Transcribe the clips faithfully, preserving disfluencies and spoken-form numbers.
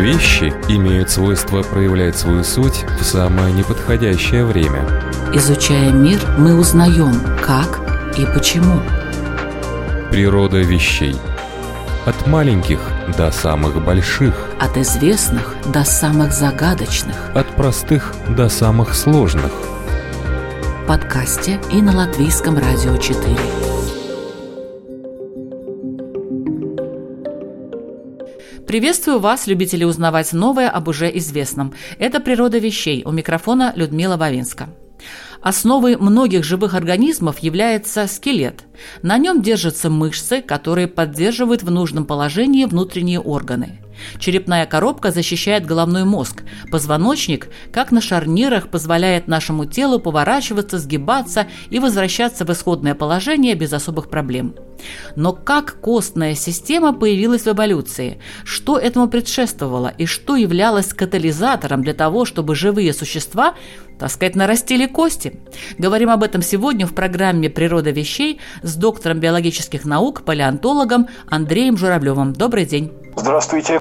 Вещи имеют свойство проявлять свою суть в самое неподходящее время. Изучая мир, мы узнаем, как и почему. Природа вещей. От маленьких до самых больших. От известных до самых загадочных. От простых до самых сложных. В подкасте и на Латвийском радио четыре. Приветствую вас, любители узнавать новое об уже известном. Это «Природа вещей». У микрофона Людмила Бавинска. Основой многих живых организмов является скелет. На нем держатся мышцы, которые поддерживают в нужном положении внутренние органы. Черепная коробка защищает головной мозг. Позвоночник, как на шарнирах, позволяет нашему телу поворачиваться, сгибаться и возвращаться в исходное положение без особых проблем. Но как костная система появилась в эволюции? Что этому предшествовало и что являлось катализатором для того, чтобы живые существа, так сказать, нарастили кости? Говорим об этом сегодня в программе «Природа вещей» с доктором биологических наук, палеонтологом Андреем Журавлевым. Добрый день. Здравствуйте.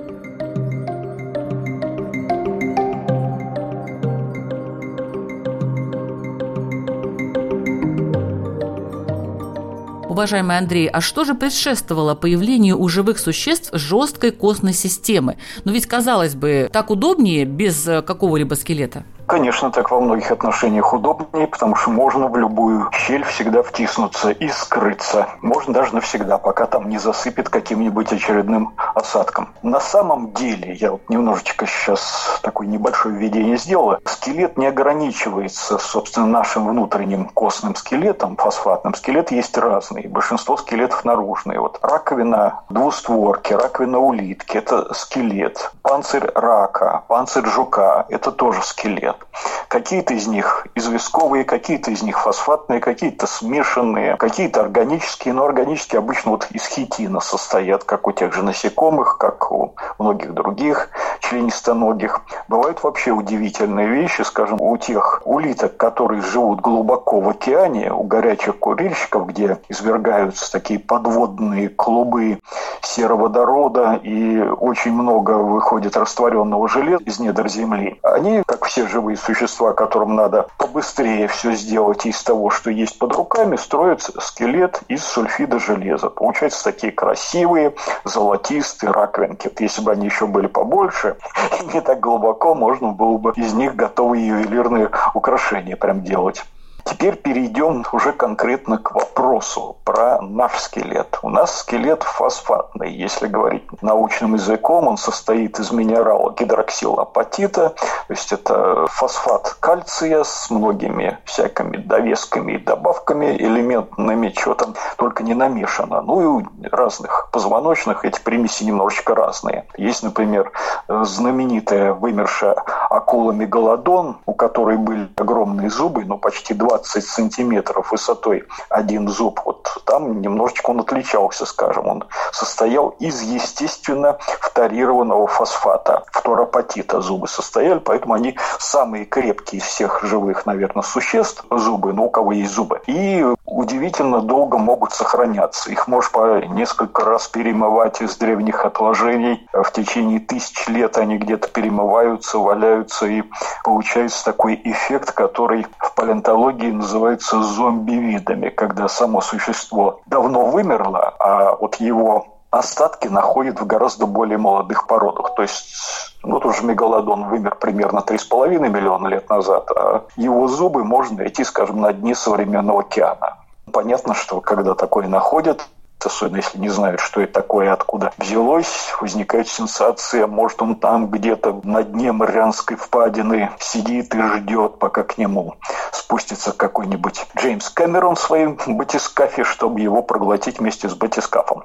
Уважаемый Андрей, а что же предшествовало появлению у живых существ жесткой костной системы? Ну ведь, казалось бы, так удобнее без какого-либо скелета. Конечно, так во многих отношениях удобнее, потому что можно в любую щель всегда втиснуться и скрыться. Можно даже навсегда, пока там не засыпет каким-нибудь очередным осадком. На самом деле, я вот немножечко сейчас такое небольшое введение сделал, скелет не ограничивается, собственно, нашим внутренним костным скелетом, фосфатным. Скелет есть разный, большинство скелетов наружные. Вот раковина двустворки, раковина улитки – это скелет. Панцирь рака, панцирь жука – это тоже скелет. Какие-то из них известковые, какие-то из них фосфатные, какие-то смешанные, какие-то органические, но органические обычно вот из хитина состоят, как у тех же насекомых, как у многих других членистоногих. Бывают вообще удивительные вещи, скажем, у тех улиток, которые живут глубоко в океане, у горячих курильщиков, где извергаются такие подводные клубы сероводорода и очень много выходит растворенного железа из недр земли. Они, как все живые существа, которым надо побыстрее все сделать из того, что есть под руками, строят скелет из сульфида железа. Получаются такие красивые, золотистые раковинки. Если бы они еще были побольше, не так глубоко, можно было бы из них готовые ювелирные украшения прям делать. Теперь перейдем уже конкретно к вопросу про наш скелет. У нас скелет фосфатный. Если говорить научным языком, он состоит из минерала гидроксилапатита, то есть это фосфат кальция с многими всякими довесками и добавками элементными, чего там только не намешано. Ну и у разных позвоночных эти примеси немножечко разные. Есть, например, знаменитая вымершая акула мегалодон, у которой были огромные зубы, ну почти двадцать сантиметров высотой один зуб. Вот там немножечко он отличался, скажем. Он состоял из естественно фторированного фосфата, фторапатита зубы состояли, поэтому они самые крепкие из всех живых, наверное, существ, зубы, ну у кого есть зубы. И удивительно долго могут сохраняться. Их можно по несколько раз перемывать из древних отложений. В течение тысяч лет они где-то перемываются, валяются, и получается такой эффект, который в палеонтологии называется зомби-видами, когда само существо давно вымерло, а вот его остатки находят в гораздо более молодых породах. То есть, ну, тот же мегалодон вымер примерно три с половиной миллиона лет назад, а его зубы можно найти, скажем, на дне современного океана. Понятно, что когда такое находят, особенно если не знают, что это такое, откуда взялось, возникает сенсация, может он там где-то на дне Марианской впадины сидит и ждет, пока к нему спустится какой-нибудь Джеймс Кэмерон в своем батискафе, чтобы его проглотить вместе с батискафом.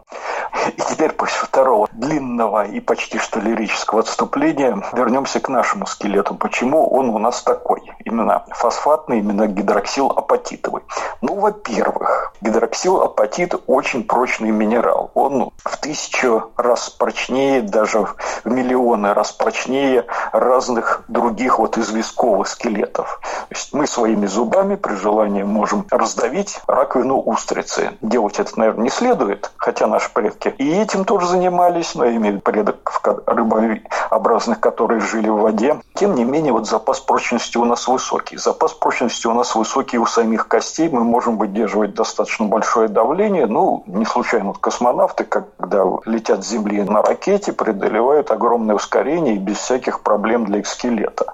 И теперь после второго длинного и почти что лирического отступления вернемся к нашему скелету. Почему он у нас такой? Именно фосфатный, именно гидроксилапатитовый. Ну, во-первых, гидроксилапатит очень прочный минерал. Он он в тысячу раз прочнее, даже в миллионы раз прочнее разных других вот известковых скелетов. То есть мы своими зубами при желании можем раздавить раковину устрицы. Делать это, наверное, не следует, хотя наши предки и этим тоже занимались, но имеют предков рыбообразных, которые жили в воде. Тем не менее, вот запас прочности у нас высокий. Запас прочности у нас высокий у самих костей. Мы можем выдерживать достаточно большое давление. Ну, не случайно вот космонавты, когда летят с Земли на ракете, преодолевают огромное ускорение и без всяких проблем для их скелета.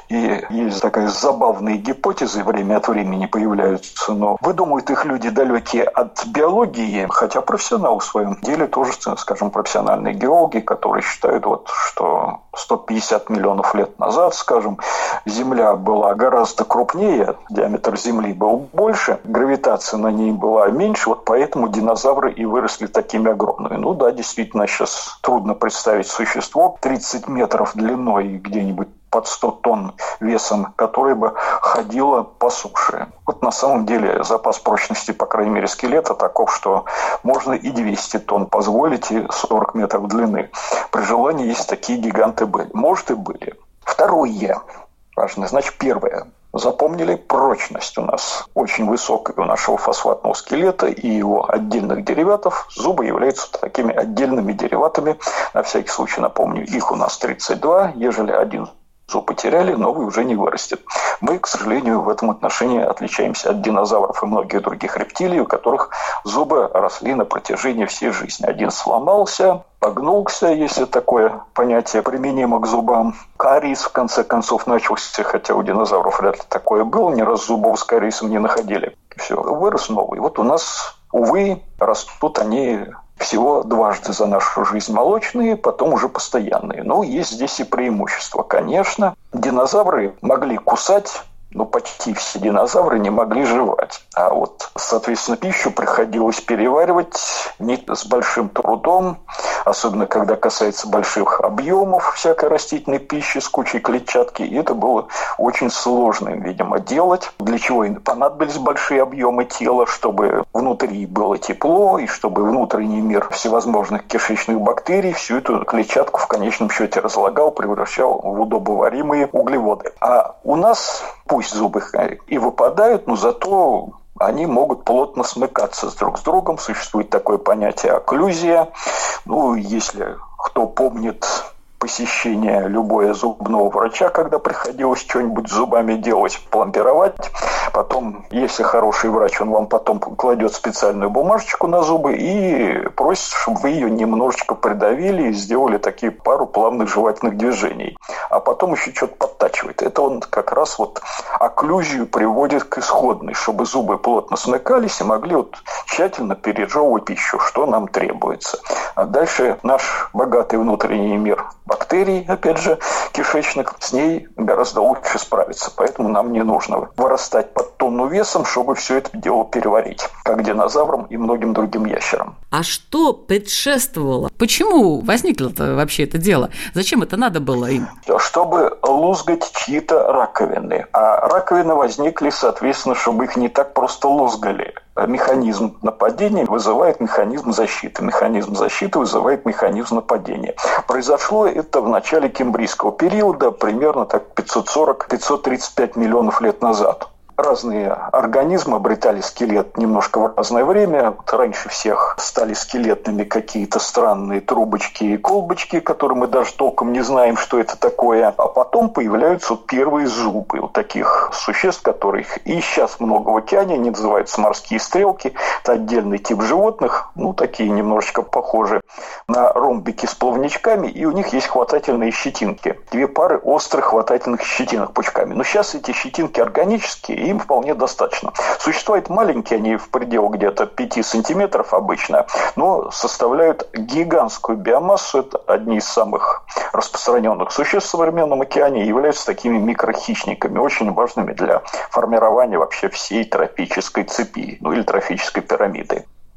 И есть такая забавная гипотеза, время от времени появляются, но выдумывают их люди далекие от биологии, хотя профессионалы в своем деле тоже, скажем, профессиональные геологи, которые считают, вот, что сто пятьдесят миллионов лет назад, скажем, Земля была гораздо крупнее, диаметр Земли был больше, гравитация на ней была меньше, вот поэтому динозавры и выросли такими огромными. Ну да, действительно, сейчас трудно представить существо тридцать метров длиной и где-нибудь под сто тонн весом, которое бы ходило по суше. Вот на самом деле запас прочности, по крайней мере, скелета таков, что можно и двести тонн позволить, и сорок метров длины. При желании есть такие гиганты были. Может, и были. Второе. Важно. Значит, первое. Запомнили, прочность у нас очень высокая у нашего фосфатного скелета и его отдельных дериватов. Зубы являются такими отдельными дериватами. На всякий случай напомню, их у нас тридцать два, ежели один зуб потеряли, новый уже не вырастет. Мы, к сожалению, в этом отношении отличаемся от динозавров и многих других рептилий, у которых зубы росли на протяжении всей жизни. Один сломался, погнулся, если такое понятие применимо к зубам. Кариес, в конце концов, начался, хотя у динозавров вряд ли такое было, ни разу зубов с кариесом не находили. Все, вырос новый. Вот у нас, увы, растут они всего дважды за нашу жизнь молочные, потом уже постоянные. Но есть здесь и преимущества. Конечно, динозавры могли кусать, но почти все динозавры не могли жевать. А вот, соответственно, пищу приходилось переваривать не с большим трудом, особенно когда касается больших объемов всякой растительной пищи с кучей клетчатки. И это было очень сложно, видимо, делать. Для чего и понадобились большие объемы тела, чтобы внутри было тепло, и чтобы внутренний мир всевозможных кишечных бактерий всю эту клетчатку в конечном счете разлагал, превращал в удобоваримые углеводы. А у нас, пусть зубы и выпадают, но зато они могут плотно смыкаться друг с другом. Существует такое понятие окклюзия. Ну, если кто помнит посещение любое зубного врача, когда приходилось что-нибудь с зубами делать, пломбировать. Потом, если хороший врач, он вам потом кладет специальную бумажечку на зубы и просит, чтобы вы ее немножечко придавили и сделали такие пару плавных жевательных движений. А потом еще что-то подтачивает. Это он как раз вот окклюзию приводит к исходной, чтобы зубы плотно смыкались и могли вот тщательно пережевывать пищу, что нам требуется. А дальше наш богатый внутренний мир бактерий, опять же, кишечных, с ней гораздо лучше справиться. Поэтому нам не нужно вырастать под тонну весом, чтобы все это дело переварить, как динозаврам и многим другим ящерам. А что предшествовало? Почему возникло-то вообще это дело? Зачем это надо было им? Чтобы лузгать чьи-то раковины. А раковины возникли, соответственно, чтобы их не так просто лузгали. Механизм нападения вызывает механизм защиты. Механизм защиты вызывает механизм нападения. Произошло это в начале Кембрийского периода, примерно так пятьсот сорок - пятьсот тридцать пять миллионов лет назад. Разные организмы обретали скелет немножко в разное время. Вот раньше всех стали скелетными какие-то странные трубочки и колбочки, которые мы даже толком не знаем, что это такое. А потом появляются первые зубы у таких существ, которых и сейчас много в океане. Они называются морские стрелки. Это отдельный тип животных, ну такие немножечко похожи на ромбики с плавничками. И у них есть хватательные щетинки. Две пары острых хватательных щетинок пучками. Но сейчас эти щетинки органические, им вполне достаточно. Существуют маленькие, они в пределах где-то пяти сантиметров обычно, но составляют гигантскую биомассу. Это одни из самых распространенных существ в современном океане и являются такими микрохищниками, очень важными для формирования вообще всей трофической цепи, ну или трофической пирамиды.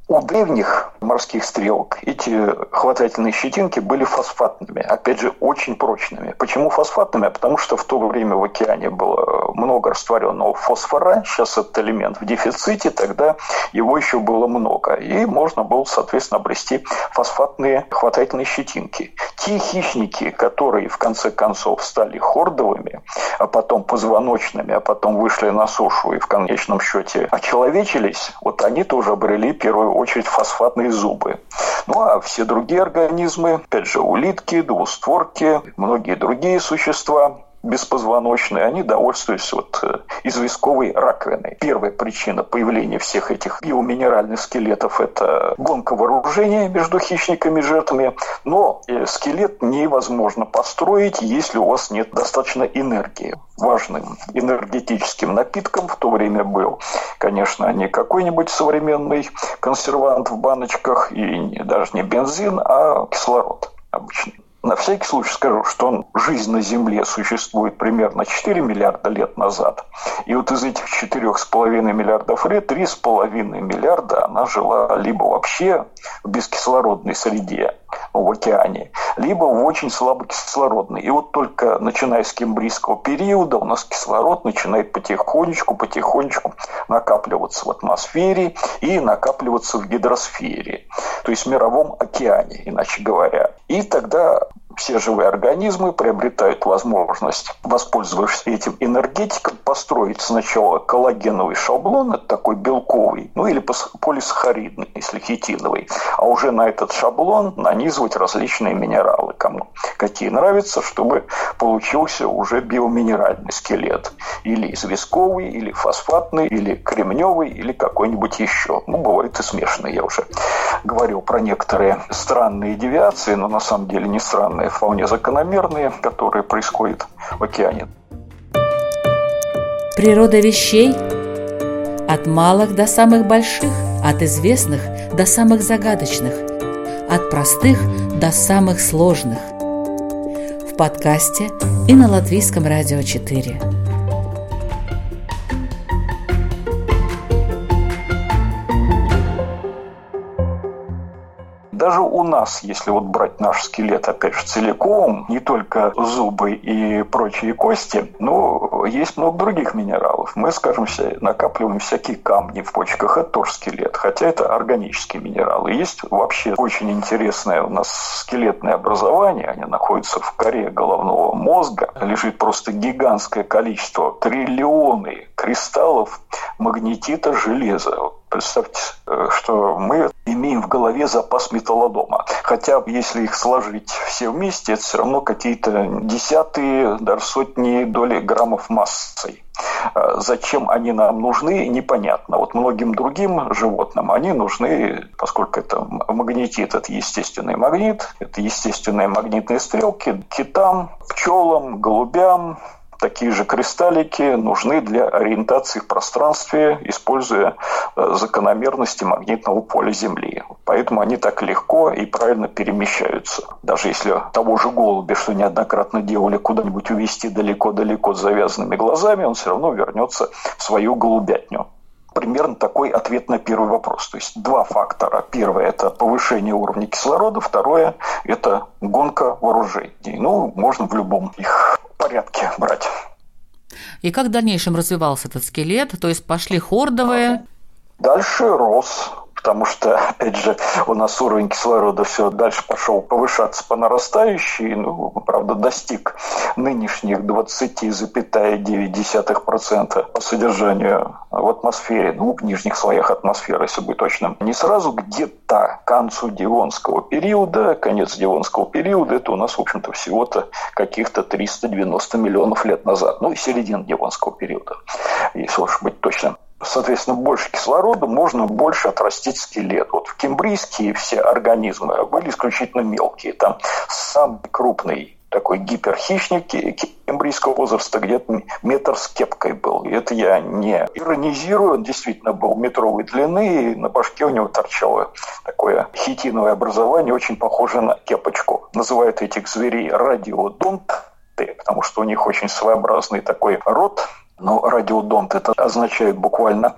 У древних морских стрелок эти хватательные щетинки были фосфатными, опять же, очень прочными. Почему фосфатными? Потому что в то время в океане было много растворенного фосфора, сейчас этот элемент в дефиците, тогда его еще было много. И можно было, соответственно, обрести фосфатные хватательные щетинки. Те хищники, которые в конце концов стали хордовыми, а потом позвоночными, а потом вышли на сушу и в конечном счете очеловечились, вот они тоже обрели первую очередь фосфатные зубы. Ну а все другие организмы, опять же, улитки, двустворки, многие другие существа беспозвоночные, они довольствуются вот известковой раковиной. Первая причина появления всех этих биоминеральных скелетов – это гонка вооружения между хищниками и жертвами, но скелет невозможно построить, если у вас нет достаточно энергии. Важным энергетическим напитком в то время был, конечно, не какой-нибудь современный консервант в баночках и даже не бензин, а кислород обычный. На всякий случай скажу, что жизнь на Земле существует примерно четыре миллиарда лет назад. И вот из этих четырёх с половиной миллиардов лет три с половиной миллиарда она жила либо вообще в бескислородной среде, в океане, либо в очень слабокислородной. И вот только начиная с кембрийского периода у нас кислород начинает потихонечку, потихонечку накапливаться в атмосфере и накапливаться в гидросфере, то есть в мировом океане, иначе говоря. И тогда все живые организмы приобретают возможность, воспользовавшись этим энергетиком, построить сначала коллагеновый шаблон, это такой белковый, ну или полисахаридный, если хитиновый, а уже на этот шаблон нанизывать различные минералы, кому какие нравятся, чтобы получился уже биоминеральный скелет. Или известковый, или фосфатный, или кремневый, или какой-нибудь еще. Ну, бывают и смешанные, я уже говорил про некоторые странные девиации, но на самом деле не странные, вполне закономерные, которые происходят в океане. Природа вещей от малых до самых больших, от известных до самых загадочных, от простых до самых сложных. В подкасте и на Латвийском радио четыре. Даже у нас, если вот брать наш скелет, опять же, целиком, не только зубы и прочие кости, но есть много других минералов. Мы, скажем, накапливаем всякие камни в почках, это тоже скелет, хотя это органические минералы. Есть вообще очень интересное у нас скелетное образование, они находятся в коре головного мозга, лежит просто гигантское количество, триллионы кристаллов магнетита железа. Представьте, что мы имеем в голове запас металлодома. Хотя, если их сложить все вместе, это все равно какие-то десятые, даже сотни доли граммов массой. Зачем они нам нужны, непонятно. Вот многим другим животным они нужны, поскольку это магнетит, это естественный магнит, это естественные магнитные стрелки. Китам, пчелам, голубям такие же кристаллики нужны для ориентации в пространстве, используя закономерности магнитного поля Земли. Поэтому они так легко и правильно перемещаются. Даже если того же голубя, что неоднократно делали, куда-нибудь увезти далеко-далеко с завязанными глазами, он все равно вернется в свою голубятню. Примерно такой ответ на первый вопрос. То есть два фактора. Первое – это повышение уровня кислорода. Второе – это гонка вооружений. Ну, можно в любом их порядке брать. И как в дальнейшем развивался этот скелет? То есть пошли хордовые? Дальше рос. Потому что, опять же, у нас уровень кислорода все дальше пошел повышаться по нарастающей. Ну, правда, достиг нынешних двадцать целых девять десятых процента по содержанию в атмосфере, ну, в нижних слоях атмосферы, если быть точным. Не сразу, где-то к концу Девонского периода, конец Девонского периода, это у нас, в общем-то, всего-то каких-то триста девяносто миллионов лет назад. Ну, и середина Девонского периода, если уж быть точным. Соответственно, больше кислорода, можно больше отрастить скелет. Вот в кембрийские все организмы были исключительно мелкие. Там самый крупный такой гиперхищник кембрийского возраста где-то метр с кепкой был. И это я не иронизирую, он действительно был метровой длины, и на башке у него торчало такое хитиновое образование, очень похоже на кепочку. Называют этих зверей радиодонты, потому что у них очень своеобразный такой рот, Но радиодонт — это означает буквально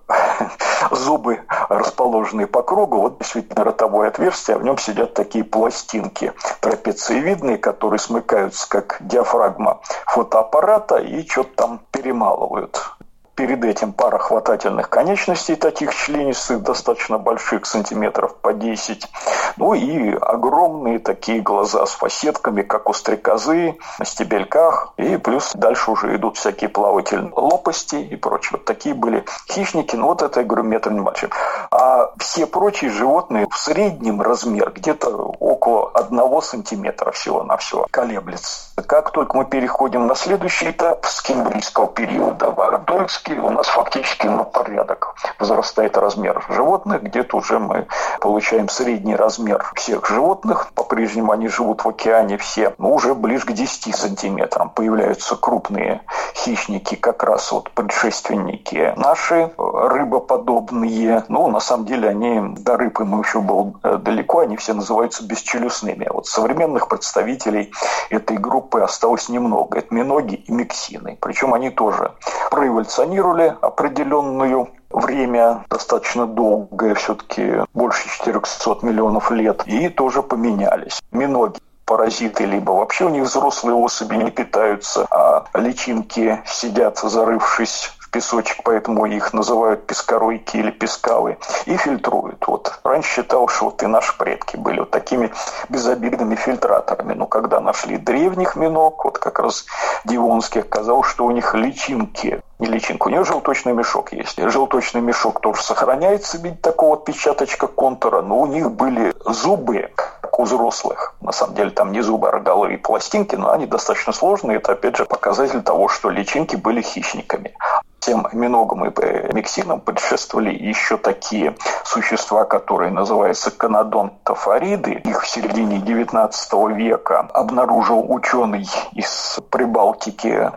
зубы, расположенные по кругу. Вот действительно ротовое отверстие, а в нем сидят такие пластинки трапециевидные, которые смыкаются как диафрагма фотоаппарата и что-то там перемалывают. Перед этим пара хватательных конечностей, таких членистых, достаточно больших, сантиметров по десять. Ну и огромные такие глаза с фасетками, как у стрекозы, на стебельках. И плюс дальше уже идут всякие плавательные лопасти и прочее. Вот такие были хищники. Ну вот это, я говорю, метр не больше. А все прочие животные в среднем размер где-то около одного сантиметра всего-навсего колеблется. Как только мы переходим на следующий этап с кембрийского периода в ордойский, у нас фактически на порядок возрастает размер животных. Где-то уже мы получаем средний размер всех животных. По-прежнему они живут в океане все, но уже ближе к десяти сантиметрам. Появляются крупные хищники, как раз вот предшественники наши, рыбоподобные. Ну, на самом деле, они до рыб им еще было далеко, они все называются бесчелюстными. Вот современных представителей этой группы осталось немного. Это миноги и мексины. Причем они тоже проэволюционировали определенную время, достаточно долгое, все-таки больше четырехсот миллионов лет, и тоже поменялись. Миноги паразиты, либо вообще у них взрослые особи не питаются, а личинки сидят, зарывшись в песочек, поэтому их называют пескоройки или пескавы, и фильтруют. Вот. Раньше считал, что вот и наши предки были вот такими безобидными фильтраторами. Но когда нашли древних миног, вот как раз дивонских, оказалось, что у них личинки, не личинка, у нее желточный мешок есть. Желточный мешок тоже сохраняется в виде такого отпечаточка контура, но у них были зубы, как у взрослых. На самом деле там не зубы, а роговые пластинки, но они достаточно сложные. Это, опять же, показатель того, что личинки были хищниками. Тем миногам и мексинам предшествовали еще такие существа, которые называются конодонтофориды. Их в середине девятнадцатого века обнаружил ученый из Прибалтики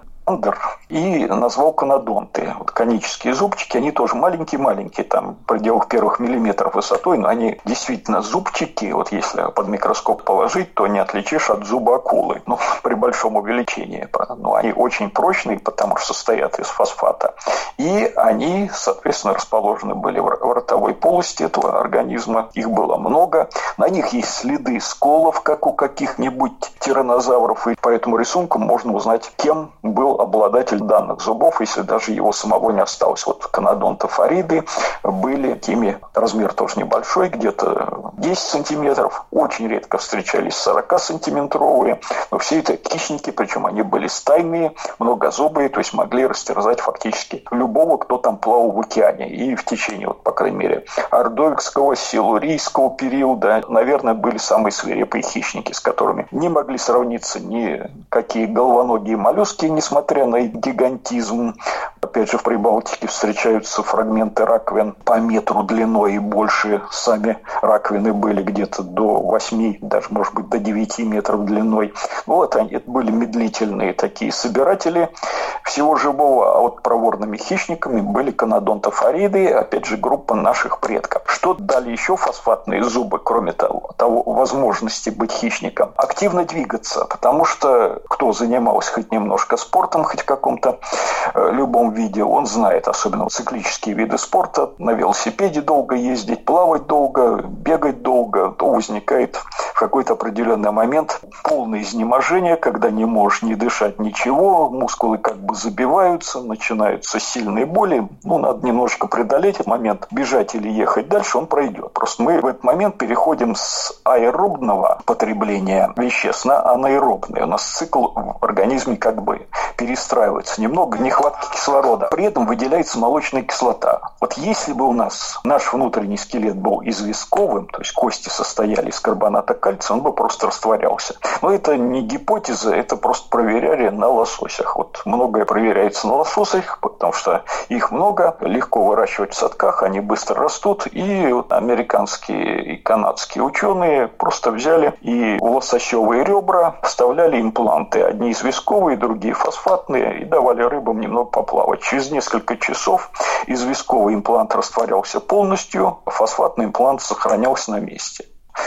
и назвал конодонты. Вот конические зубчики, они тоже маленькие-маленькие, там в пределах первых миллиметров высотой, но они действительно зубчики. Вот если под микроскоп положить, то не отличишь от зуба акулы, ну, при большом увеличении. Но они очень прочные, потому что состоят из фосфата. И они, соответственно, расположены были в ротовой полости этого организма. Их было много. На них есть следы сколов, как у каких-нибудь тираннозавров. И по этому рисунку можно узнать, кем был обладатель данных зубов, если даже его самого не осталось. Вот конодонтофориды были такими, размер тоже небольшой, где-то десять сантиметров, очень редко встречались сорокасантиметровые, но все это хищники, причем они были стайные, многозубые, то есть могли растерзать фактически любого, кто там плавал в океане. И в течение, вот, по крайней мере, ордойского, силурийского периода, наверное, были самые свирепые хищники, с которыми не могли сравниться никакие головоногие моллюски, несмотря на гигантизм. Опять же, в Прибалтике встречаются фрагменты раковин по метру длиной и больше. Сами раковины были где-то до восьми, даже, может быть, до девяти метров длиной. Вот они, это были медлительные такие собиратели всего живого, а вот проворными хищниками были конодонтофориды, опять же, группа наших предков. Что дали еще фосфатные зубы, кроме того, того возможности быть хищником? Активно двигаться, потому что кто занимался хоть немножко спортом, хоть в каком-то э, любом виде, он знает, особенно циклические виды спорта, на велосипеде долго ездить, плавать долго, бегать долго, то возникает в какой-то определенный момент полное изнеможение, когда не можешь ни дышать, ничего, мускулы как бы забиваются, начинаются сильные боли, ну, надо немножечко преодолеть этот момент, бежать или ехать дальше, он пройдет. Просто мы в этот момент переходим с аэробного потребления веществ на анаэробное. У нас цикл в организме как бы перестраивается. Немного нехватки кислорода. При этом выделяется молочная кислота. Вот если бы у нас наш внутренний скелет был известковым, то есть кости состояли из карбоната кальция, он бы просто растворялся. Но это не гипотеза, это просто проверяли на лососях. Вот многое проверяется на лососях, потому что их много, легко выращивать в садках, они быстро растут. И вот американские и канадские ученые просто взяли и в лососевые ребра вставляли импланты. Одни известковые, другие фосфатные, и давали рыбам немного поплавать. Через несколько часов известковый имплант растворялся полностью, а фосфатный имплант сохранялся на месте.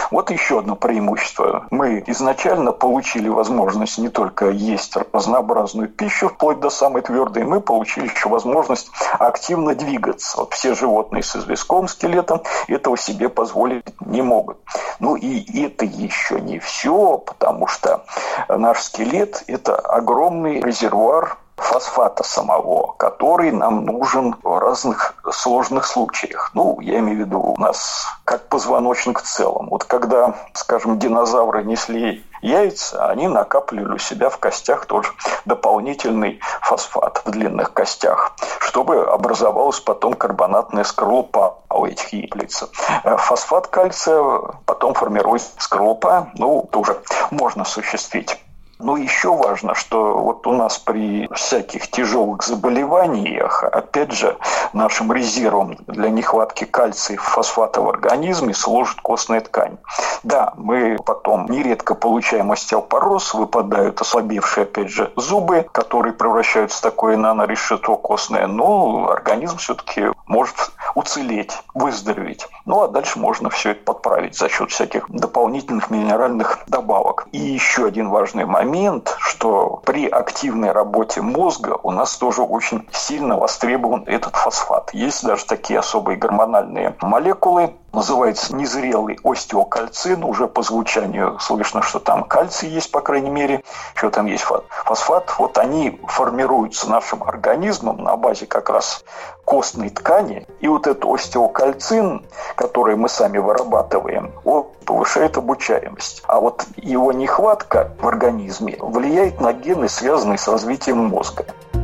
Вот еще одно преимущество. Мы изначально получили возможность не только есть разнообразную пищу, вплоть до самой твердой, мы получили еще возможность активно двигаться. Вот все животные с известковым скелетом этого себе позволить не могут. Ну и это еще не все, потому что наш скелет – это огромный резервуар фосфата самого, который нам нужен в разных сложных случаях. Ну, я имею в виду у нас как позвоночник в целом. Вот когда, скажем, динозавры несли яйца, они накапливали у себя в костях тоже дополнительный фосфат в длинных костях, чтобы образовалась потом карбонатная скорлупа у этих яиц. Фосфат кальция потом формируется скорлупа, ну, тоже можно осуществить. Но еще важно, что вот у нас при всяких тяжелых заболеваниях, опять же, нашим резервом для нехватки кальция и фосфата в организме служит костная ткань. Да, мы потом нередко получаем остеопороз, выпадают ослабевшие, опять же, зубы, которые превращаются в такое нанорешето костное, но организм все-таки может уцелеть, выздороветь. Ну, а дальше можно все это подправить за счет всяких дополнительных минеральных добавок. И еще один важный момент. момент, что при активной работе мозга у нас тоже очень сильно востребован этот фосфат. Есть даже такие особые гормональные молекулы, называется незрелый остеокальцин. Уже по звучанию слышно, что там кальций есть, по крайней мере, еще там есть фосфат. Вот они формируются нашим организмом на базе как раз костной ткани. И вот этот остеокальцин, который мы сами вырабатываем, он повышает обучаемость. А вот его нехватка в организме влияет на гены, связанные с развитием мозга.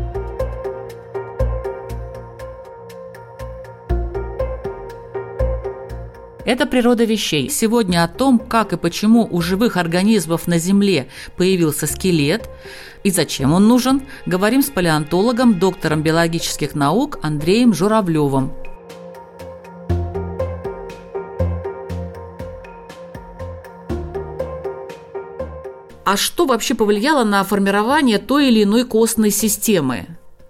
Это «Природа вещей». Сегодня о том, как и почему у живых организмов на Земле появился скелет и зачем он нужен, говорим с палеонтологом, доктором биологических наук Андреем Журавлевым. А что вообще повлияло на формирование той или иной костной системы?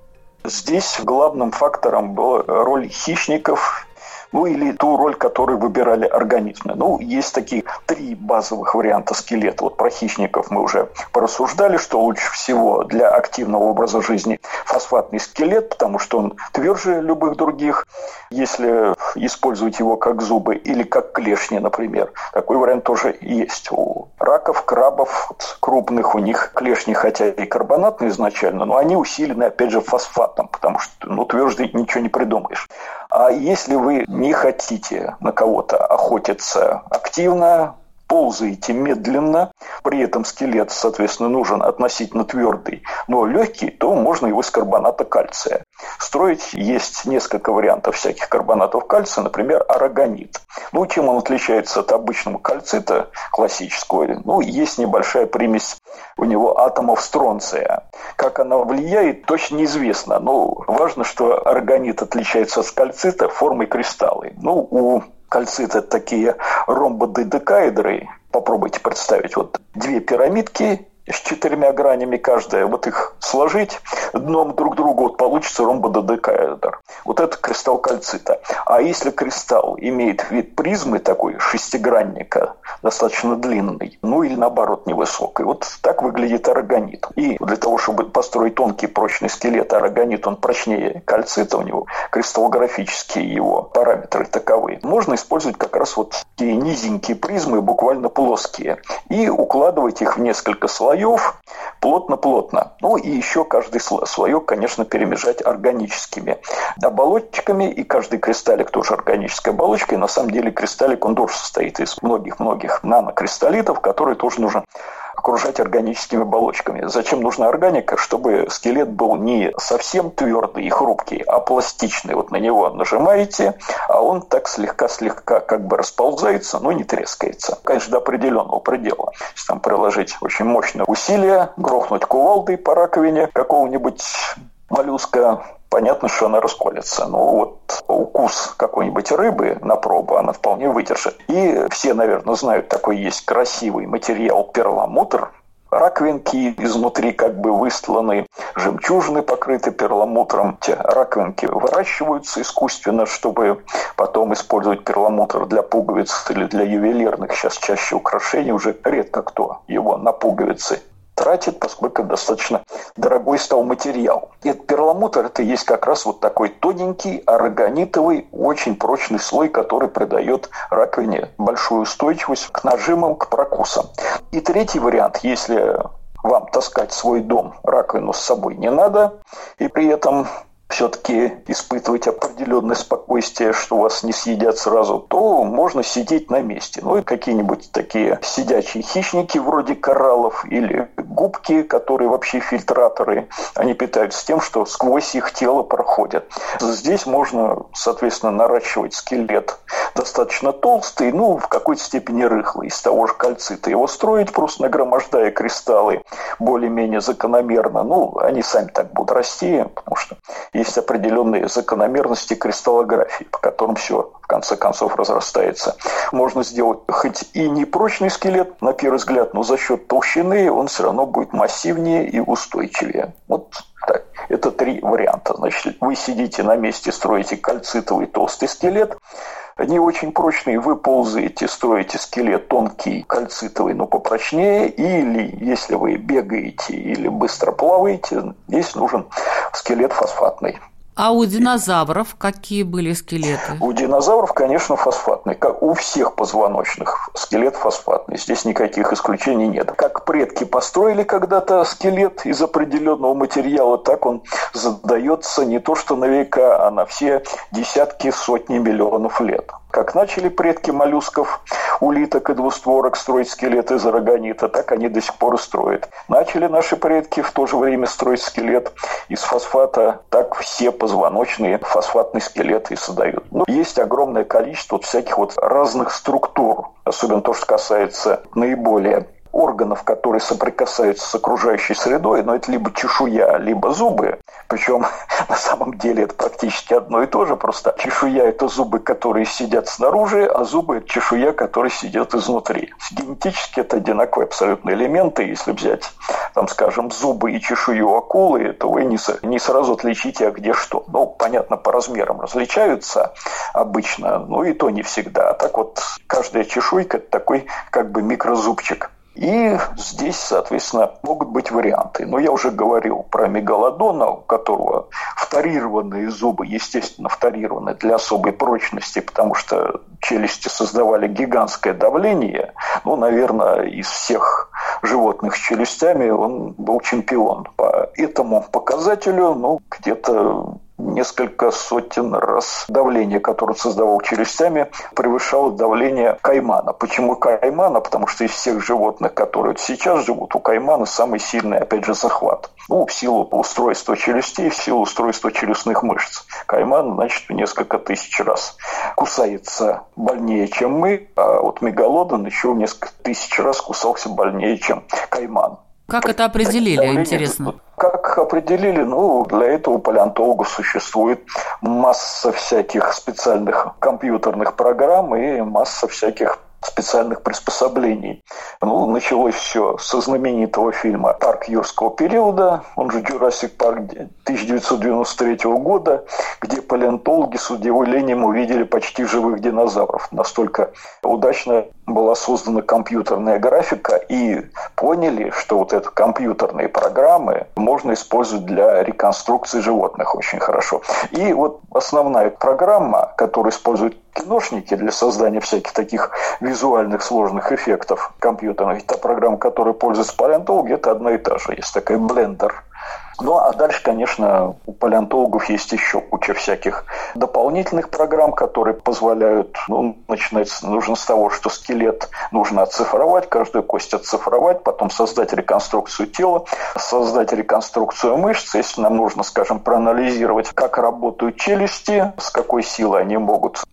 Здесь главным фактором была роль хищников, ну или ту роль, которую выбирали организмы. Ну, есть такие три базовых варианта скелета. Вот про хищников мы уже порассуждали, что лучше всего для активного образа жизни фосфатный скелет, потому что он тверже любых других. Если использовать его как зубы или как клешни, например, такой вариант тоже есть. У раков, крабов вот, крупных, у них клешни, хотя и карбонатные изначально, но они усилены, опять же, фосфатом, потому что ну, тверже ничего не придумаешь. А если вы не хотите на кого-то охотиться активно, ползаете медленно, при этом скелет, соответственно, нужен относительно твердый, но легкий, то можно его из карбоната кальция строить. Есть несколько вариантов всяких карбонатов кальция, например, арагонит. Ну, чем он отличается от обычного кальцита классического? Ну, есть небольшая примесь у него атомов стронция. Как она влияет, точно неизвестно. Но важно, что арагонит отличается от кальцита формой кристаллы. Ну, у кальцита такие ромбододекаэдры. Попробуйте представить. Вот две пирамидки с четырьмя гранями каждая, вот их сложить дном друг к другу, вот получится ромбододекаэдр. Вот это кристалл кальцита. А если кристалл имеет вид призмы такой, шестигранника, достаточно длинный, ну или наоборот невысокий, вот так выглядит арагонит. И для того, чтобы построить тонкий прочный скелет, арагонит, он прочнее кальцита, у него кристаллографические его параметры таковы. Можно использовать как раз вот такие низенькие призмы, буквально плоские, и укладывать их в несколько слоев, плотно-плотно. Ну и еще каждый слоек, конечно, перемежать органическими оболочками, и каждый кристаллик тоже органической оболочкой. На самом деле кристаллик, он тоже состоит из многих-многих нанокристаллитов, которые тоже нужно окружать органическими оболочками. Зачем нужна органика? Чтобы скелет был не совсем твердый и хрупкий, а пластичный. Вот на него нажимаете, а он так слегка-слегка как бы расползается, но не трескается. Конечно, до определенного предела. Если там приложить очень мощное усилие, грохнуть кувалдой по раковине какого-нибудь моллюска, понятно, что она расколется. Но вот укус какой-нибудь рыбы на пробу она вполне выдержит. И все, наверное, знают, такой есть красивый материал перламутр. раковинки изнутри как бы выстланы, жемчужины покрыты перламутром. Те раковинки выращиваются искусственно, чтобы потом использовать перламутр для пуговиц или для ювелирных, сейчас чаще украшений, уже редко кто его на пуговицы тратит, поскольку достаточно дорогой стал материал. И этот перламутр – это есть как раз вот такой тоненький, арагонитовый, очень прочный слой, который придает раковине большую устойчивость к нажимам, к прокусам. И третий вариант, если вам таскать в свой дом раковину с собой не надо, и при этом все-таки испытывать определенное спокойствие, что вас не съедят сразу, то можно сидеть на месте. Ну и какие-нибудь такие сидячие хищники вроде кораллов или губки, которые вообще фильтраторы, они питаются тем, что сквозь их тело проходят. Здесь можно, соответственно, наращивать скелет достаточно толстый, ну, в какой-то степени рыхлый, из того же кальцита. Его строить, просто нагромождая кристаллы более-менее закономерно. Ну, они сами так будут расти, потому что есть определенные закономерности кристаллографии, по которым все в конце концов разрастается. Можно сделать хоть и непрочный скелет, на первый взгляд, но за счет толщины он все равно будет массивнее и устойчивее. Вот так. Это три варианта. Значит, вы сидите на месте, строите кальцитовый толстый скелет, не очень прочный, вы ползаете, строите скелет тонкий, кальцитовый, но попрочнее, или если вы бегаете или быстро плаваете, здесь нужен скелет фосфатный. А у динозавров какие были скелеты? У динозавров, конечно, фосфатный. Как у всех позвоночных, скелет фосфатный. Здесь никаких исключений нет. Как предки построили когда-то скелет из определенного материала, так он задается не то что на века, а на все десятки, сотни миллионов лет. Как начали предки моллюсков, улиток и двустворок строить скелеты из арагонита, так они до сих пор и строят. Начали наши предки в то же время строить скелет из фосфата, так все позвоночные фосфатный скелет и создают. Ну, есть огромное количество вот всяких вот разных структур, особенно то, что касается наиболее органов, которые соприкасаются с окружающей средой, но это либо чешуя, либо зубы. Причем на самом деле это практически одно и то же, просто чешуя – это зубы, которые сидят снаружи, а зубы – это чешуя, которые сидят изнутри. Генетически это одинаковые абсолютно элементы. Если взять, там, скажем, зубы и чешую акулы, то вы не, не сразу отличите, а где что. Ну, понятно, по размерам различаются обычно, но и то не всегда. А так вот, каждая чешуйка – это такой как бы микрозубчик. И здесь, соответственно, могут быть варианты. Но я уже говорил про мегалодона, у которого вторированные зубы, естественно, вторированы для особой прочности, потому что челюсти создавали гигантское давление. Ну, наверное, из всех животных с челюстями он был чемпион. По этому показателю, ну, где-то несколько сотен раз давление, которое создавал челюстями, превышало давление каймана. Почему каймана? Потому что из всех животных, которые сейчас живут, у каймана самый сильный, опять же, захват. Ну, в силу устройства челюстей, в силу устройства челюстных мышц. Кайман, значит, в несколько тысяч раз кусается больнее, чем мы, а вот мегалодон еще в несколько тысяч раз кусался больнее, чем кайман. Как это определили, давление, интересно? Как определили? Ну, для этого у палеонтологов существует масса всяких специальных компьютерных программ и масса всяких специальных приспособлений. Ну, началось все со знаменитого фильма «Парк юрского периода», он же «Jurassic Park» тысяча девятьсот девяносто третьего года, где палеонтологи с удивлением увидели почти живых динозавров. Настолько удачно была создана компьютерная графика и поняли, что вот эти компьютерные программы можно использовать для реконструкции животных очень хорошо. И вот основная программа, которую используют киношники для создания всяких таких визуальных сложных эффектов компьютерных, та программа, которой пользуются палеонтологи, это одна и та же. Есть такая Blender. Ну, а дальше, конечно, у палеонтологов есть еще куча всяких дополнительных программ, которые позволяют, ну, начинается, нужно с того, что скелет нужно оцифровать, каждую кость оцифровать, потом создать реконструкцию тела, создать реконструкцию мышц. Если нам нужно, скажем, проанализировать, как работают челюсти, с какой силой они могут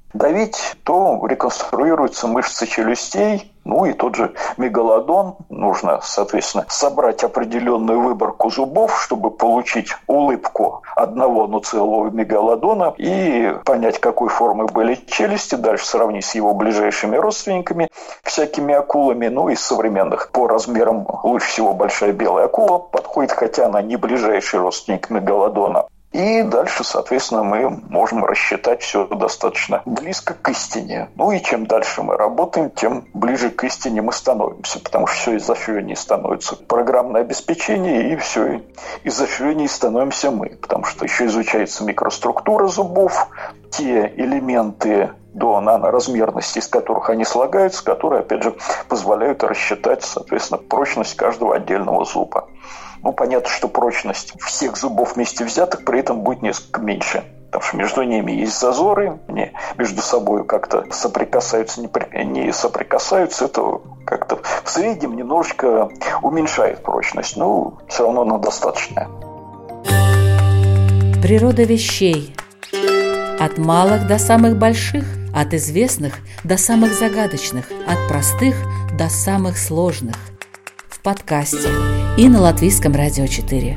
давить, то реконструируются мышцы челюстей. Ну и тот же мегалодон. Нужно, соответственно, собрать определенную выборку зубов, чтобы получить улыбку одного, но целого мегалодона и понять, какой формы были челюсти, дальше сравнить с его ближайшими родственниками, всякими акулами. Ну, из современных по размерам лучше всего большая белая акула подходит, хотя она не ближайший родственник мегалодона. И дальше, соответственно, мы можем рассчитать все достаточно близко к истине. Ну и чем дальше мы работаем, тем ближе к истине мы становимся, потому что все из аффинии становится программное обеспечение, и все из аффинии становимся мы, потому что еще изучается микроструктура зубов, те элементы до наноразмерности, из которых они слагаются, которые, опять же, позволяют рассчитать, соответственно, прочность каждого отдельного зуба. Ну, понятно, что прочность всех зубов вместе взятых при этом будет несколько меньше, потому что между ними есть зазоры, они между собой как-то соприкасаются, не соприкасаются, это как-то в среднем немножечко уменьшает прочность, но все равно она достаточная. Природа вещей. От малых до самых больших, от известных до самых загадочных, от простых до самых сложных. В подкасте и на Латвийском радио четыре.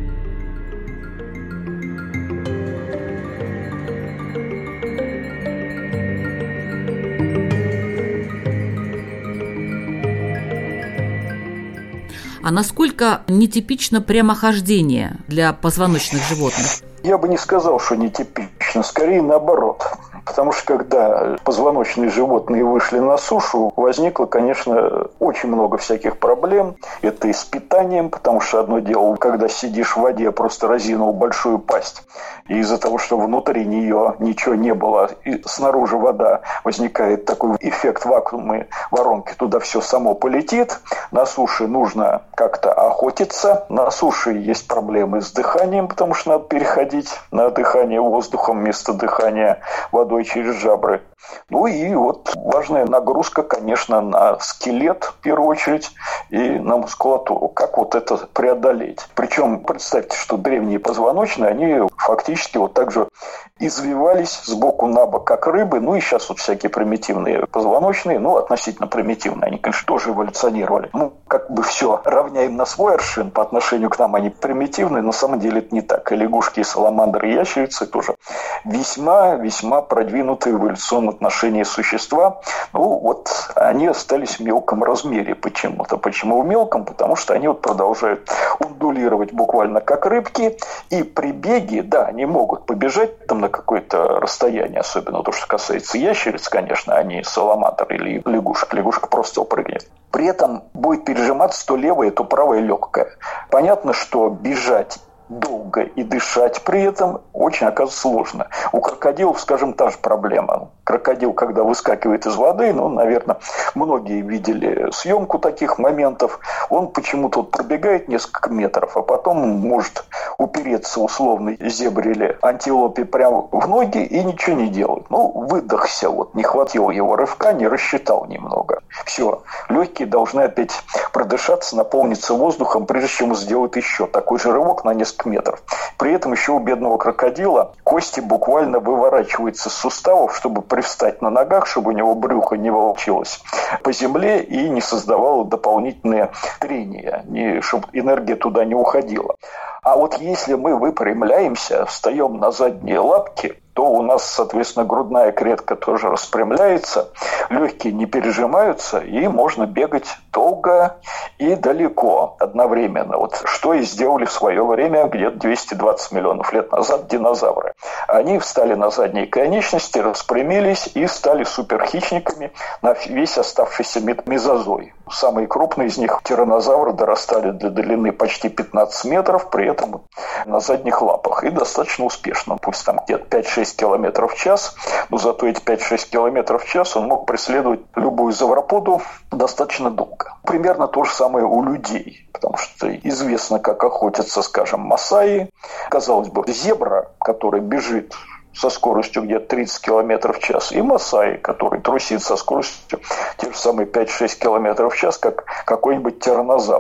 А насколько нетипично прямохождение для позвоночных животных? Я бы не сказал, что нетипично, скорее наоборот. Потому что когда позвоночные животные вышли на сушу, возникло, конечно, очень много всяких проблем. Это и с питанием, потому что одно дело, когда сидишь в воде, просто разинул большую пасть. И из-за того, что внутри нее ничего не было, и снаружи вода, возникает такой эффект вакуумной воронки, туда все само полетит. На суше нужно как-то охотиться. На суше есть проблемы с дыханием, потому что надо переходить на дыхание воздухом вместо дыхания водой через жабры. Ну и вот важная нагрузка, конечно, на скелет в первую очередь и на мускулатуру. Как вот это преодолеть? Причем представьте, что древние позвоночные, они фактически вот так же извивались сбоку на бок, как рыбы. Ну и сейчас вот всякие примитивные позвоночные, ну относительно примитивные, они, конечно, тоже эволюционировали. Ну, как бы все равняем на свой аршин, по отношению к нам они примитивные, но на самом деле это не так. И лягушки, и саламандры, и ящерицы тоже весьма-весьма продвинутые эволюционно отношении существа, ну вот они остались в мелком размере почему-то. Почему в мелком? Потому что они вот продолжают ундулировать буквально как рыбки, и при беге, да, они могут побежать там на какое-то расстояние, особенно то, что касается ящериц, конечно, а не саламандр или лягушек. Лягушка просто упрыгнет. При этом будет пережиматься то левое, то правое легкое. Понятно, что бежать долго и дышать при этом очень, оказывается, сложно. У крокодилов, скажем, та же проблема. Крокодил, когда выскакивает из воды, ну, наверное, многие видели съемку таких моментов, он почему-то вот пробегает несколько метров, а потом может упереться условной зебре или антилопе прямо в ноги и ничего не делать. Ну, выдохся, вот, не хватило его рывка, не рассчитал немного. Все, легкие должны опять продышаться, наполниться воздухом, прежде чем сделать еще такой же рывок на несколько метров. При этом еще у бедного крокодила кости буквально выворачиваются из суставов, чтобы привстать на ногах, чтобы у него брюхо не волочилось по земле и не создавало дополнительное трение, не, чтобы энергия туда не уходила. А вот если мы выпрямляемся, встаем на задние лапки, то у нас, соответственно, грудная клетка тоже распрямляется, легкие не пережимаются, и можно бегать долго и далеко одновременно. Вот что и сделали в свое время, где-то двести двадцать миллионов лет назад, динозавры. Они встали на задние конечности, распрямились и стали суперхищниками на весь оставшийся мезозой. Самые крупные из них, тираннозавры, дорастали до длины почти пятнадцать метров, при этом на задних лапах, и достаточно успешно. Пусть там где-то пять-шесть километров в час, но зато эти пять-шесть километров в час он мог преследовать любую завроподу достаточно долго. Примерно то же самое у людей, потому что известно, как охотятся, скажем, масаи. Казалось бы, зебра, которая бежит со скоростью где-то тридцать километров в час, и масаи, который трусит со скоростью те же самые пять-шесть километров в час, как какой-нибудь тираннозавр.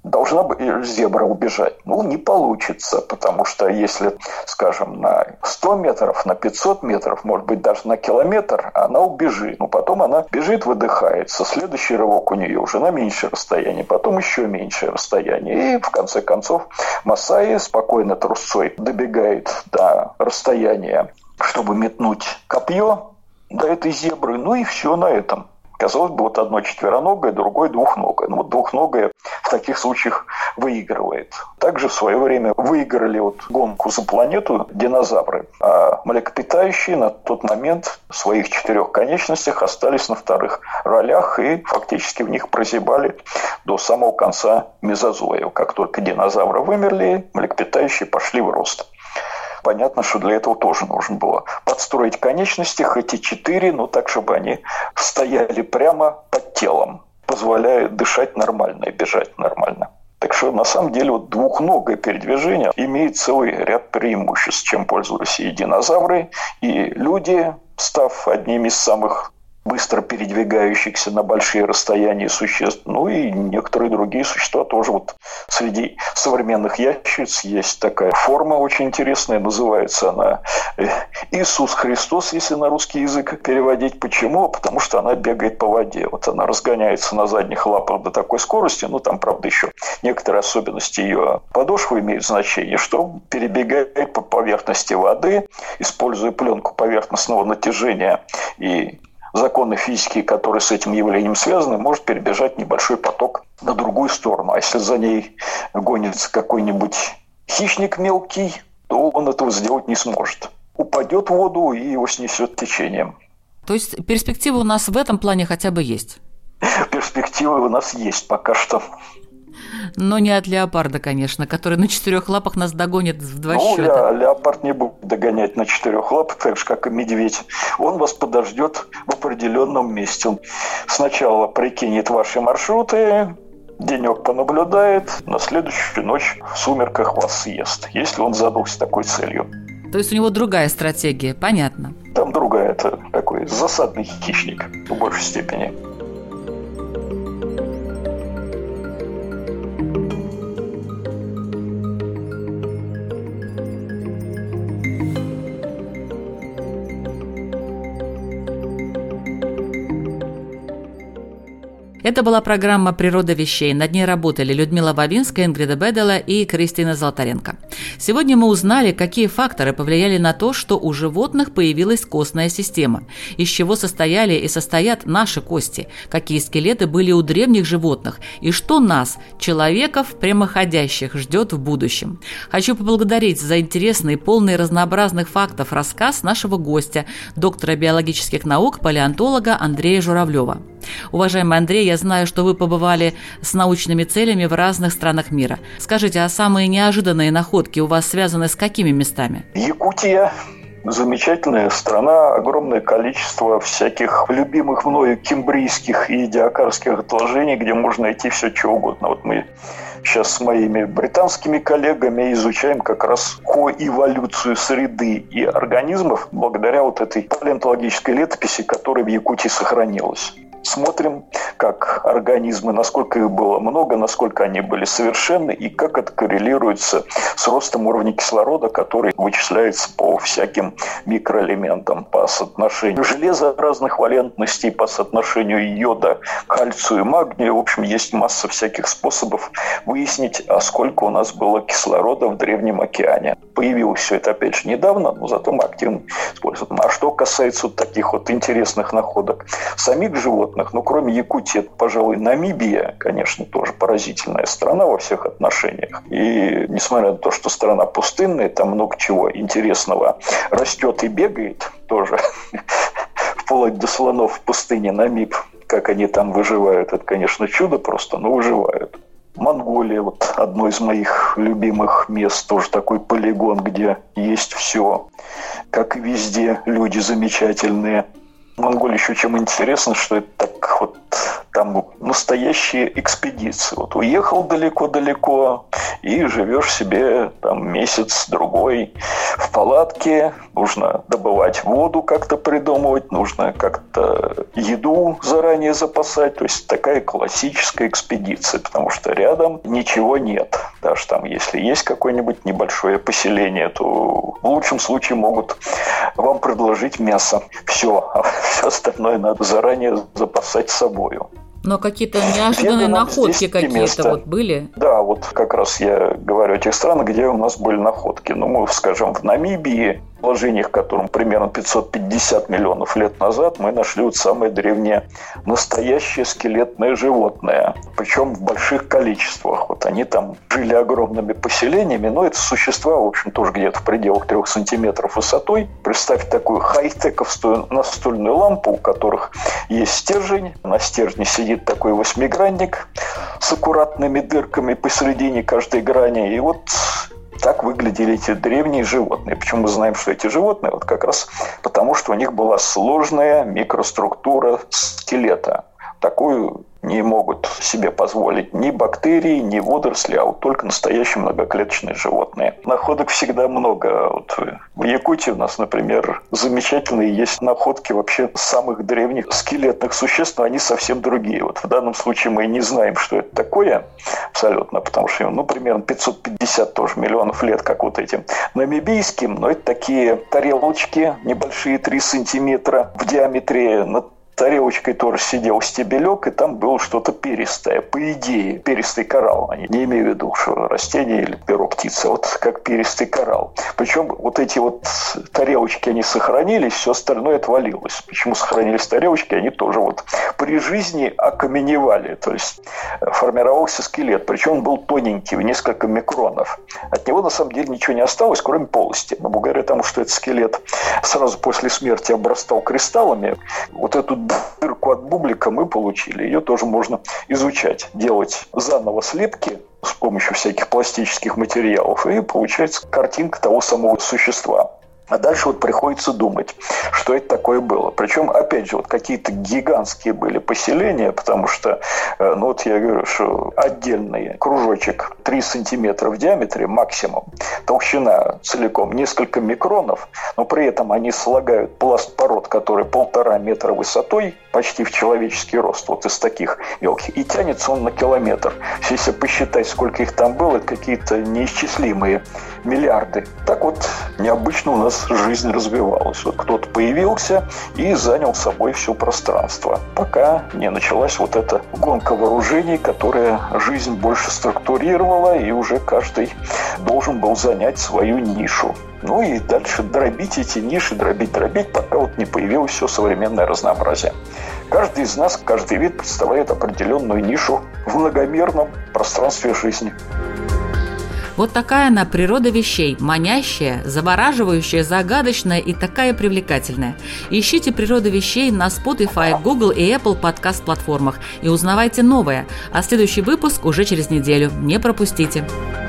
должна бы зебра убежать. Ну, не получится, потому что если, скажем, на сто метров, на пятьсот метров, может быть, даже на километр, она убежит. Но потом она бежит, выдыхается. Следующий рывок у нее уже на меньшее расстояние, потом еще меньшее расстояние. И, в конце концов, Масаи спокойно трусцой добегает до расстояния, чтобы метнуть копье до этой зебры. Ну и все на этом. Казалось бы, вот одно четвероногое, другое двухногое. Но вот двухногое в таких случаях выигрывает. Также в свое время выиграли вот гонку за планету динозавры, а млекопитающие на тот момент в своих четырех конечностях остались на вторых ролях и фактически в них прозябали до самого конца мезозоя. Как только динозавры вымерли, млекопитающие пошли в рост. Понятно, что для этого тоже нужно было подстроить конечности, хоть и четыре, но так, чтобы они стояли прямо под телом, позволяя дышать нормально и бежать нормально. Так что, на самом деле, вот двухногое передвижение имеет целый ряд преимуществ, чем пользовались и динозавры, и люди, став одними из самых быстро передвигающихся на большие расстояния существ. Ну и некоторые другие существа тоже. Вот среди современных ящериц есть такая форма очень интересная. Называется она Иисус Христос, если на русский язык переводить. Почему? Потому что она бегает по воде. Вот она разгоняется на задних лапах до такой скорости. Ну, там, правда, еще некоторые особенности ее подошвы имеют значение, что перебегает по поверхности воды, используя пленку поверхностного натяжения и законы физики, которые с этим явлением связаны, может перебежать небольшой поток на другую сторону. А если за ней гонится какой-нибудь хищник мелкий, то он этого сделать не сможет. Упадет в воду и его снесет течением. То есть перспективы у нас в этом плане хотя бы есть? Перспективы у нас есть пока что. Но не от леопарда, конечно, который на четырех лапах нас догонит в два ну, счета. Ну, леопард не будет догонять на четырех лапах, так же, как и медведь. Он вас подождет в определенном месте. Он сначала прикинет ваши маршруты, денек понаблюдает, на следующую ночь в сумерках вас съест, если он задался такой целью. То есть у него другая стратегия, понятно. Там другая, это такой засадный хищник в большей степени. Это была программа «Природа вещей». Над ней работали Людмила Бавинская, Ингрида Бедела и Кристина Золотаренко. Сегодня мы узнали, какие факторы повлияли на то, что у животных появилась костная система, из чего состояли и состоят наши кости, какие скелеты были у древних животных и что нас, человеков, прямоходящих, ждет в будущем. Хочу поблагодарить за интересный, полный разнообразных фактов рассказ нашего гостя, доктора биологических наук, палеонтолога Андрея Журавлева. Уважаемый Андрей, я знаю, что вы побывали с научными целями в разных странах мира. Скажите, а самые неожиданные находки у вас связаны с какими местами? Якутия. Замечательная страна, огромное количество всяких любимых мною кембрийских и диакарских отложений, где можно найти все, что угодно. Вот мы сейчас с моими британскими коллегами изучаем как раз коэволюцию среды и организмов благодаря вот этой палеонтологической летописи, которая в Якутии сохранилась. Смотрим, как организмы, насколько их было много, насколько они были совершенны и как это коррелируется с ростом уровня кислорода, который вычисляется по всяким микроэлементам, по соотношению железа разных валентностей, по соотношению йода, кальцию и магния. В общем, есть масса всяких способов выяснить, а сколько у нас было кислорода в Древнем океане. Появилось все это, опять же, недавно, но зато мы активно используем. А что касается вот таких вот интересных находок самих животных, ну, кроме Якутии, это, пожалуй, Намибия, конечно, тоже поразительная страна во всех отношениях. И несмотря на то, что страна пустынная, там много чего интересного растет и бегает тоже, вплоть до слонов в пустыне Намиб. Как они там выживают, это, конечно, чудо просто, но выживают. Монголия, вот одно из моих любимых мест, тоже такой полигон, где есть все. Как и везде, люди замечательные. В Монголии еще чем интересно, что это так вот там настоящие экспедиции. Вот уехал далеко-далеко и живешь себе там месяц-другой в палатке. Нужно добывать воду, как-то придумывать, нужно как-то еду заранее запасать. То есть такая классическая экспедиция, потому что рядом ничего нет. Даже там, если есть какое-нибудь небольшое поселение, то в лучшем случае могут вам предложить мясо. Все, а все остальное надо заранее запасать с собою. Но какие-то неожиданные находки какие-то вот были? Да, вот как раз я говорю о тех странах, где у нас были находки. Ну, мы, скажем, в Намибии, в положениях, которым примерно пятьсот пятьдесят миллионов лет назад, мы нашли вот самое древнее настоящее скелетное животное. Причем в больших количествах. Вот они там жили огромными поселениями, но это существа, в общем, тоже где-то в пределах трех сантиметров высотой. Представьте такую хай-тековскую настольную лампу, у которых есть стержень. На стержне сидит такой восьмигранник с аккуратными дырками посередине каждой грани. И вот так выглядели эти древние животные. Почему мы знаем, что эти животные? Вот как раз потому, что у них была сложная микроструктура скелета. Такую не могут себе позволить ни бактерии, ни водоросли, а вот только настоящие многоклеточные животные. Находок всегда много. Вот в Якутии у нас, например, замечательные есть находки вообще самых древних скелетных существ, но они совсем другие. Вот в данном случае мы не знаем, что это такое абсолютно, потому что, ну, примерно пятьсот пятьдесят тоже миллионов лет, как вот этим намибийским, но это такие тарелочки небольшие, три сантиметра в диаметре, на тарелочкой тоже сидел стебелек, и там было что-то перистое. По идее, перистый коралл. Я не имею в виду, что растение или перо птицы, вот как перистый коралл. Причем вот эти вот тарелочки, они сохранились, все остальное отвалилось. Почему сохранились тарелочки? Они тоже вот при жизни окаменевали. То есть формировался скелет. Причем он был тоненький, в несколько микронов. От него на самом деле ничего не осталось, кроме полости. Но благодаря тому, что этот скелет сразу после смерти обрастал кристаллами, вот эту дырку от бублика мы получили. Ее тоже можно изучать, делать заново слепки с помощью всяких пластических материалов, и получается картинка того самого существа. А дальше вот приходится думать, что это такое было. Причем, опять же, вот какие-то гигантские были поселения, потому что, ну вот я говорю, что отдельный кружочек три сантиметра в диаметре максимум, толщина целиком несколько микронов, но при этом они слагают пласт пород, который полтора метра высотой, почти в человеческий рост, вот из таких мелких, и тянется он на километр. Если посчитать, сколько их там было, это какие-то неисчислимые миллиарды. Так вот, необычно у нас жизнь развивалась. Вот кто-то появился и занял собой все пространство, пока не началась вот эта гонка вооружений, которая жизнь больше структурировала, и уже каждый должен был занять свою нишу. Ну и дальше дробить эти ниши, дробить, дробить, пока вот не появилось все современное разнообразие. Каждый из нас, каждый вид представляет определенную нишу в многомерном пространстве жизни. Вот такая она природа вещей, манящая, завораживающая, загадочная и такая привлекательная. Ищите природу вещей на Spotify, Google и Apple подкаст-платформах и узнавайте новое. А следующий выпуск уже через неделю. Не пропустите.